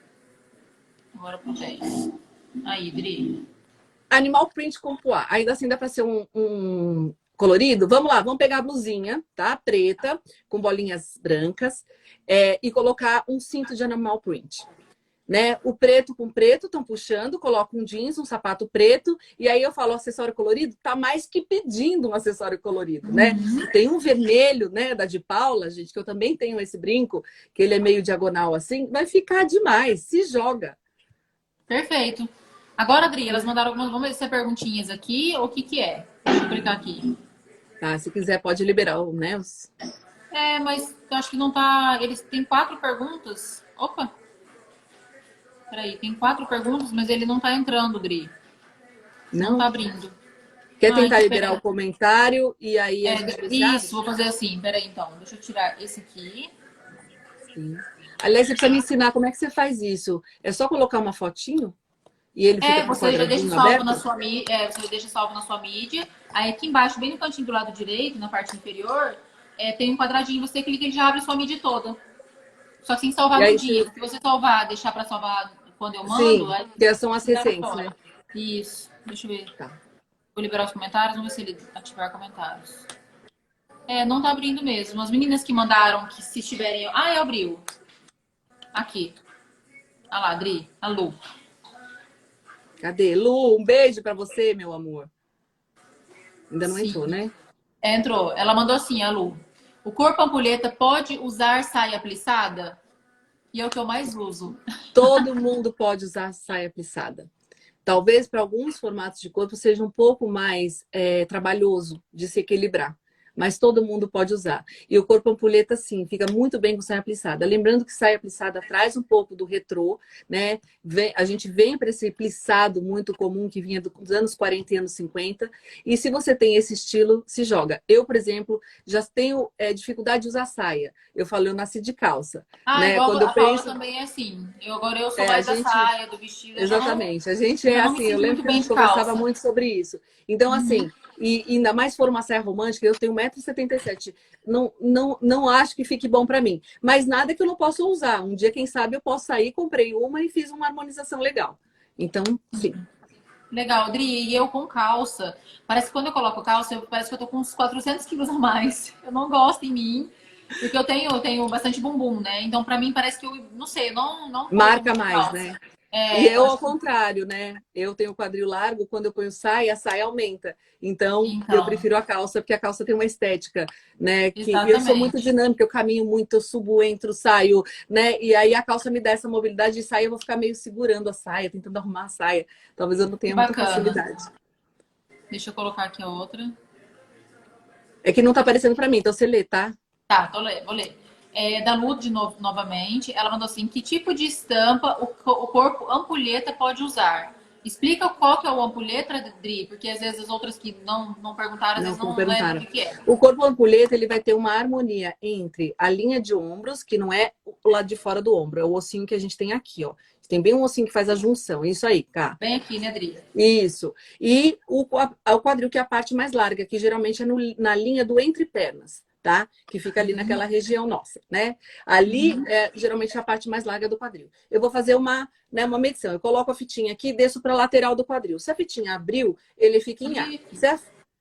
Agora pro dez. Aí, Dri. Animal print com poá. Ainda assim dá para ser um, um colorido? Vamos lá, vamos pegar a blusinha, tá? Preta, com bolinhas brancas, é, e colocar um cinto de animal print. Né? O preto com preto, estão puxando, coloco um jeans, um sapato preto, e aí eu falo acessório colorido, tá mais que pedindo um acessório colorido, né? Uhum. Tem um vermelho, né, da de Paula, gente, que eu também tenho esse brinco, que ele é meio diagonal assim, vai ficar demais, se joga. Perfeito. Agora, Adri, elas mandaram algumas, vamos ver se é perguntinhas aqui ou o que que é. Deixa eu clicar aqui. Tá, se quiser pode liberar, né? Os... É, mas eu acho que não tá... Eles têm quatro perguntas. Opa! Peraí, tem quatro perguntas, mas ele não tá entrando, Dri. Não, não tá abrindo. Quer Ai, tentar que liberar pena. o comentário e aí a É, gente vê se isso, abre? vou fazer assim. Peraí, então. Deixa eu tirar esse aqui. Sim. Aliás, você precisa me ensinar como é que você faz isso. É só colocar uma fotinho e ele fica É, com o você já deixa quadradinho salvo na aberto? sua mídia. É, você deixa salvo na sua mídia. Aí aqui embaixo, bem no cantinho do lado direito, na parte inferior, é, tem um quadradinho. Você clica e já abre sua mídia toda. Só que sem salvar E no aí, dia. se... Se você salvar, deixar para salvar quando eu mando, sim, aí que são as você joga recentes, fora. né? Isso. Deixa eu ver. Tá. Vou liberar os comentários, vamos ver se ele ativar comentários. É, não tá abrindo mesmo. As meninas que mandaram que se estiverem... Ah, é, abriu. Aqui. Ah lá, Adri. A Lu. Cadê? Lu, um beijo pra você, meu amor. Ainda não entrou, Sim. né? É, entrou. Ela mandou assim, a Lu. O corpo ampulheta pode usar saia plissada? E é o que eu mais uso. Todo mundo pode usar saia plissada. Talvez para alguns formatos de corpo seja um pouco mais é, trabalhoso de se equilibrar. Mas todo mundo pode usar. E o corpo ampulheta, sim, fica muito bem com saia plissada. Lembrando que saia plissada traz um pouco do retrô, né? Vem, a gente vem para esse plissado muito comum que vinha dos anos quarenta e anos cinquenta. E se você tem esse estilo, se joga. Eu, por exemplo, já tenho é, dificuldade de usar saia. Eu falo, eu nasci de calça. Ah, Né? igual Quando eu a Paula penso, também é assim. Eu, agora eu sou é, a mais da gente saia, do vestido. Eu já não, exatamente. A gente eu é já não me assim, eu sinto lembro muito que a bem gente de conversava calça. muito sobre isso. Então, Uhum. assim, e e ainda mais se for uma saia romântica, eu tenho um metro e setenta e sete. Não, não, não acho que fique bom para mim. Mas nada que eu não possa usar. Um dia, quem sabe, eu posso sair, comprei uma e fiz uma harmonização legal. Então, sim. Legal, Adri. E eu com calça. Parece que quando eu coloco calça, eu, parece que eu tô com uns quatrocentos quilos a mais. Eu não gosto em mim. Porque eu tenho, eu tenho bastante bumbum, né? Então, pra mim, parece que eu, não sei, eu não, não curto Marca muito mais, calça. né? E É, eu eu, acho ao que... contrário, né? Eu tenho quadril largo, quando eu ponho saia, a saia aumenta. Então, eu Então, prefiro a calça, porque a calça tem uma estética, né? Que eu sou muito exatamente. dinâmica, eu caminho muito, eu subo, entro, saio, né? E aí a calça me dá essa mobilidade de saia, eu vou ficar meio segurando a saia, tentando arrumar a saia. Talvez eu não Que tenha muita bacana. facilidade. Deixa eu colocar aqui a outra. É que não tá aparecendo pra mim, então você lê, tá? Tá, tô lendo, vou ler. É, da Lu, de novo, novamente, ela mandou assim: que tipo de estampa o, co- o corpo ampulheta pode usar? Explica qual que é o ampulheta, Dri, porque às vezes as outras que não, não perguntaram, às Não, vezes como não lembram o perguntaram. que, que é. O corpo ampulheta, ele vai ter uma harmonia entre a linha de ombros, que não é o lado de fora do ombro, é o ossinho que a gente tem aqui, ó. Tem bem um ossinho que faz a junção, isso aí, cá. Bem aqui, né, Dri? Isso. E o, qua- o quadril, que é a parte mais larga, que geralmente é no- na linha do entre-pernas, tá? Que fica ali Uhum, naquela região nossa, né? Ali uhum. é geralmente a parte mais larga do quadril. Eu vou fazer uma, né, uma medição. Eu coloco a fitinha aqui e desço para a lateral do quadril. Se a fitinha abriu, ele fica em A. Abri aqui. Se a,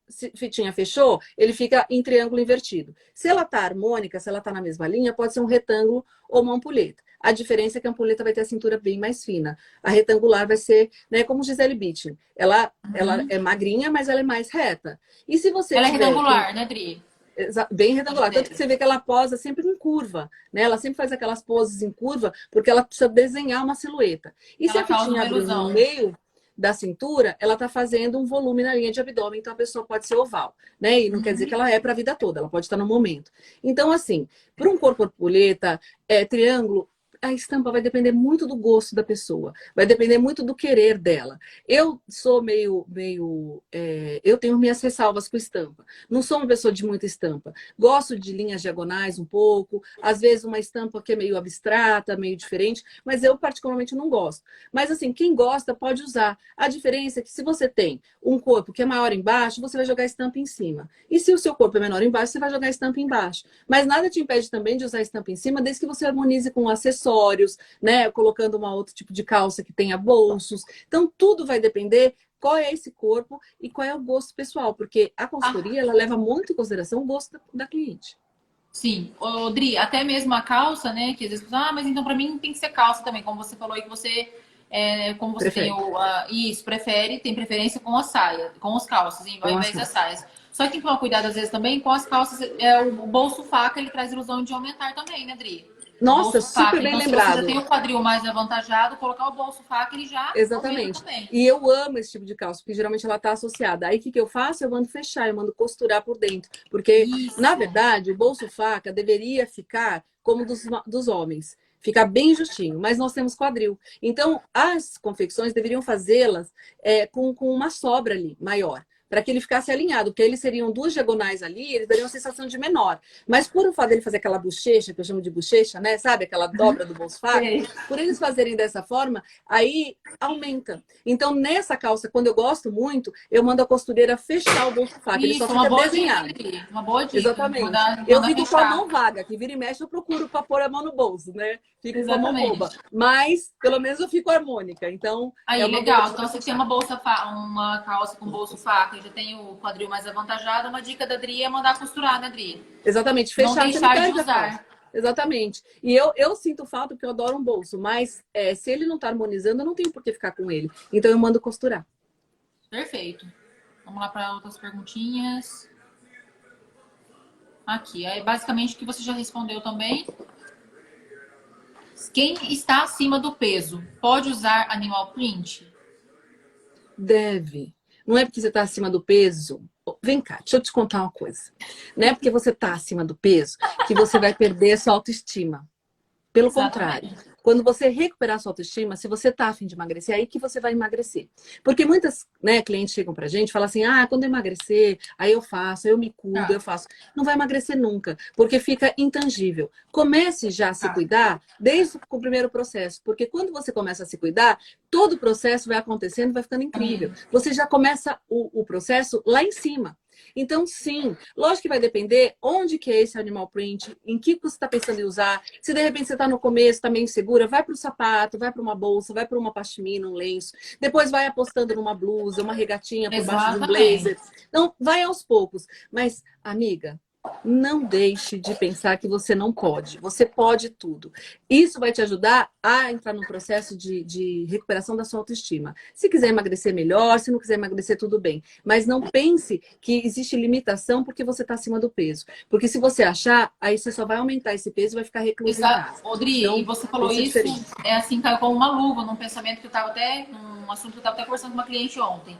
fitinha fechou, ele fica em triângulo invertido. Se ela tá harmônica, se ela tá na mesma linha, pode ser um retângulo ou uma ampulheta. A diferença é que a ampulheta vai ter a cintura bem mais fina. A retangular vai ser, né, como Gisele Bündchen. Ela, uhum. ela é magrinha, mas ela é mais reta. E se você ela tiver, é retangular, tem, né, Dri? Bem retangular. Tanto que você vê que ela posa sempre em curva, né? Ela sempre faz aquelas poses em curva, porque ela precisa desenhar uma silhueta. E ela se a fitinha abrir no meio da cintura, ela está fazendo um volume na linha de abdômen, então a pessoa pode ser oval, né? E não uhum. quer dizer que ela é para a vida toda, ela pode estar no momento. Então, assim, para um corpo borboleta, é, triângulo, a estampa vai depender muito do gosto da pessoa, vai depender muito do querer dela. Eu sou meio, meio, é, eu tenho minhas ressalvas com estampa. Não sou uma pessoa de muita estampa. Gosto de linhas diagonais um pouco, às vezes uma estampa que é meio abstrata, meio diferente, mas eu particularmente não gosto. Mas assim, quem gosta pode usar. A diferença é que se você tem um corpo que é maior embaixo, você vai jogar estampa em cima. E se o seu corpo é menor embaixo, você vai jogar estampa embaixo. Mas nada te impede também de usar estampa em cima, desde que você harmonize com o acessório, né? Colocando uma outro tipo de calça que tenha bolsos. Então, tudo vai depender qual é esse corpo e qual é o gosto pessoal, porque a consultoria ah. ela leva muito em consideração o gosto da, da cliente. Sim, ô, Dri, até mesmo a calça, né? Que às vezes, ah, mas então para mim tem que ser calça também, como você falou aí que você, é, como você prefere. tem o, uh, isso, prefere, tem preferência com a saia, com os calças, ao invés das saias. Só que tem que tomar cuidado às vezes também com as calças, é, o bolso faca, ele traz ilusão de aumentar também, né, Dri? Nossa, super faca. bem então, lembrado. Se você já tem o quadril mais avantajado, colocar o bolso faca, ele já Exatamente. também. E eu amo esse tipo de calça, porque geralmente ela tá associada. Aí o que, que eu faço? Eu mando fechar, eu mando costurar por dentro. Porque, Isso. na verdade, o bolso faca deveria ficar como dos, dos homens. Ficar bem justinho, mas nós temos quadril. Então, as confecções deveriam fazê-las é, com, com uma sobra ali, maior, para que ele ficasse alinhado, porque eles seriam duas diagonais ali, eles dariam a sensação de menor. Mas por o fato dele fazer aquela bochecha, que eu chamo de bochecha, né? Sabe? Aquela dobra do bolso faca. Por eles fazerem dessa forma, aí aumenta. Então, nessa calça, quando eu gosto muito, eu mando a costureira fechar o bolso faca. Isso, ele só fica desenhado. Dica, uma boa dica. Exatamente. Mandar, eu fico fechar. com a mão vaga, que vira e mexe, eu procuro para pôr a mão no bolso, né? Fico Exatamente. com a mão boba. Mas, pelo menos, eu fico harmônica. Então, aí, é legal. Então, você tem uma bolsa, uma calça com bolso faca, já tem o quadril mais avantajado, uma dica da Dri é mandar costurar, né, Dri? Exatamente, fechar. Não deixar de usar. Exatamente. E eu, eu sinto falta porque eu adoro um bolso, mas é, se ele não tá harmonizando, eu não tenho por que ficar com ele. Então eu mando costurar. Perfeito. Vamos lá para outras perguntinhas. Aqui, é basicamente o que você já respondeu também. Quem está acima do peso pode usar animal print? Deve. Não é porque você está acima do peso. Vem cá, deixa eu te contar uma coisa. Não é porque você está acima do peso que você vai perder a sua autoestima. Pelo Exatamente. contrário, quando você recuperar a sua autoestima, se você tá a fim de emagrecer, é aí que você vai emagrecer. Porque muitas, né, clientes chegam pra gente e falam assim, ah, quando eu emagrecer, aí eu faço, aí eu me cuido, ah. eu faço. Não vai emagrecer nunca, porque fica intangível. Comece já a se ah. cuidar desde o primeiro processo, porque quando você começa a se cuidar, todo o processo vai acontecendo, vai ficando incrível. Você já começa o, o processo lá em cima. Então, sim, lógico que vai depender onde que é esse animal print, em que você está pensando em usar. Se de repente você está no começo, está meio insegura, vai para o sapato, vai para uma bolsa, vai para uma pashmina, um lenço. Depois vai apostando numa blusa, uma regatinha por baixo de um blazer. Então, vai aos poucos. Mas, amiga, não deixe de pensar que você não pode. Você pode tudo. Isso vai te ajudar a entrar num processo de, de recuperação da sua autoestima. Se quiser emagrecer, melhor. Se não quiser emagrecer, tudo bem. Mas não pense que existe limitação porque você está acima do peso. Porque se você achar, aí você só vai aumentar esse peso e vai ficar recluso em casa. Rodri, então, e você falou isso, é assim, caiu como uma luva num pensamento que eu estava até, num assunto que eu estava até conversando com uma cliente ontem.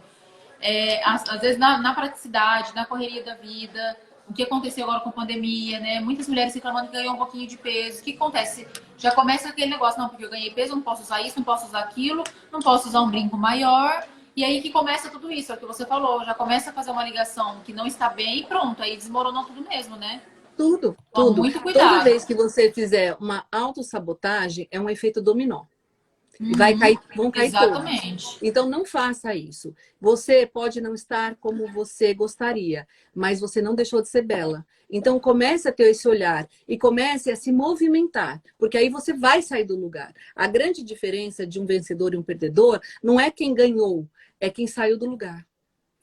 É, às, às vezes na, na praticidade, na correria da vida... O que aconteceu agora com a pandemia, né? Muitas mulheres reclamando que ganhou um pouquinho de peso. O que acontece? Já começa aquele negócio, não, porque eu ganhei peso, não posso usar isso, não posso usar aquilo, não posso usar um brinco maior. E aí que começa tudo isso, é o que você falou. Já começa a fazer uma ligação que não está bem e pronto, aí desmoronou tudo mesmo, né? Tudo, Com tudo. muito cuidado. Toda vez que você fizer uma autossabotagem, é um efeito dominó. Uhum, vai cair, vão cair exatamente. todos. Então não faça isso. Você pode não estar como você gostaria, mas você não deixou de ser bela. Então comece a ter esse olhar e comece a se movimentar, porque aí você vai sair do lugar. A grande diferença de um vencedor e um perdedor não é quem ganhou, é quem saiu do lugar.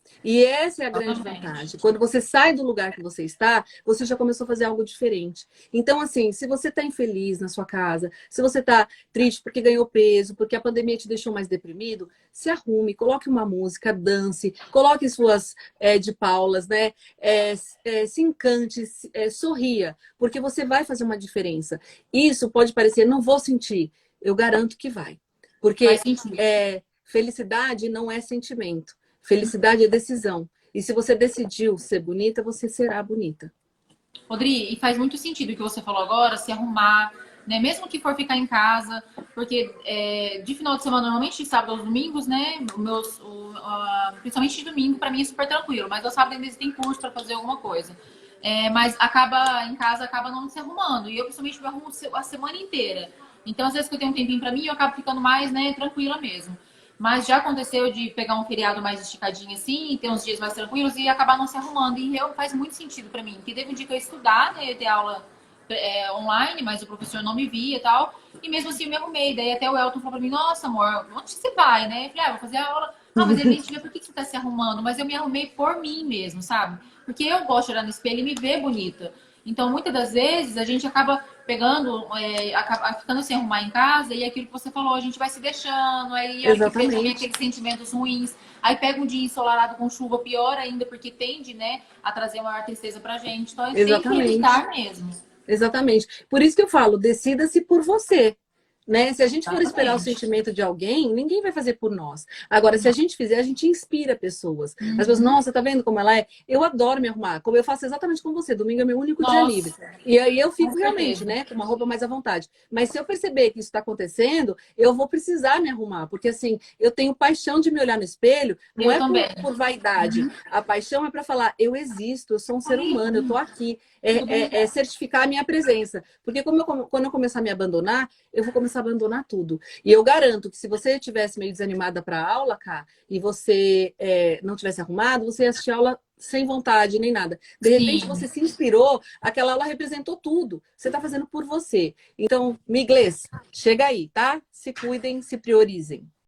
E essa é a grande Exatamente. vantagem. Quando você sai do lugar que você está, você já começou a fazer algo diferente. Então, assim, se você está infeliz na sua casa, se você está triste porque ganhou peso, porque a pandemia te deixou mais deprimido, se arrume, coloque uma música, dance, coloque suas é, de Paulas, né? É, é, se encante, se- é, sorria, porque você vai fazer uma diferença. Isso pode parecer, não vou sentir. Eu garanto que vai. Faz Porque sentido. é, felicidade não é sentimento. Felicidade é decisão. E se você decidiu ser bonita, você será bonita. Rodri, e faz muito sentido o que você falou agora, se arrumar, né? Mesmo que for ficar em casa, porque é, de final de semana, normalmente de sábado aos domingos, né? O meus, o, a- principalmente de domingo, para mim é super tranquilo, mas ao sábado ainda tem curso para fazer alguma coisa. É, mas acaba em casa, acaba não se arrumando. E eu principalmente me arrumo a semana inteira. Então, às vezes que eu tenho um tempinho para mim, eu acabo ficando mais, né, tranquila mesmo. Mas já aconteceu de pegar um feriado mais esticadinho assim, ter uns dias mais tranquilos e acabar não se arrumando. E eu, faz muito sentido para mim. Que teve um dia que eu ia estudar, né, ia ter aula é, online, mas o professor não me via e tal. E mesmo assim eu me arrumei. Daí até o Elton falou pra mim, nossa, amor, onde você vai, né? Eu falei, ah, vou fazer a aula. Ah, mas ele vem te ver, por que você tá se arrumando? Mas eu me arrumei por mim mesmo, sabe? Porque eu gosto de olhar no espelho e me ver bonita. Então, muitas das vezes, a gente acaba pegando, é, acaba ficando sem arrumar em casa, e aquilo que você falou, a gente vai se deixando, aí a hora que vê, já vem Exatamente. aqueles sentimentos ruins, aí pega um dia ensolarado com chuva, pior ainda, porque tende, né, a trazer maior tristeza pra gente. Então, tem que Exatamente. evitar mesmo. Exatamente. Por isso que eu falo, decida-se por você. Né? Se a gente for esperar o Exatamente. sentimento de alguém, ninguém vai fazer por nós. Agora, se a Não. gente fizer, a gente inspira pessoas. As pessoas, Uhum. nossa, tá vendo como ela é? Eu adoro me arrumar. Como eu faço exatamente como você. Domingo é meu único dia livre. Nossa, E aí eu com fico realmente, certeza. né, com uma roupa mais à vontade. Mas se eu perceber que isso está acontecendo, eu vou precisar me arrumar. Porque assim, eu tenho paixão de me olhar no espelho, não Eu é também. por, por vaidade. A paixão é para falar, eu existo, eu sou um ser humano, eu tô aqui. Tudo bem? É, é, é certificar a minha presença. Porque como eu, quando eu começar a me abandonar, eu vou começar a abandonar tudo. E eu garanto que se você tivesse meio desanimada para a aula, cá, e você é, não tivesse arrumado, você ia assistir a aula sem vontade nem nada. De repente Sim. você se inspirou, aquela aula representou tudo. Você está fazendo por você. Então, Miglês, chega aí, tá? Se cuidem, se priorizem.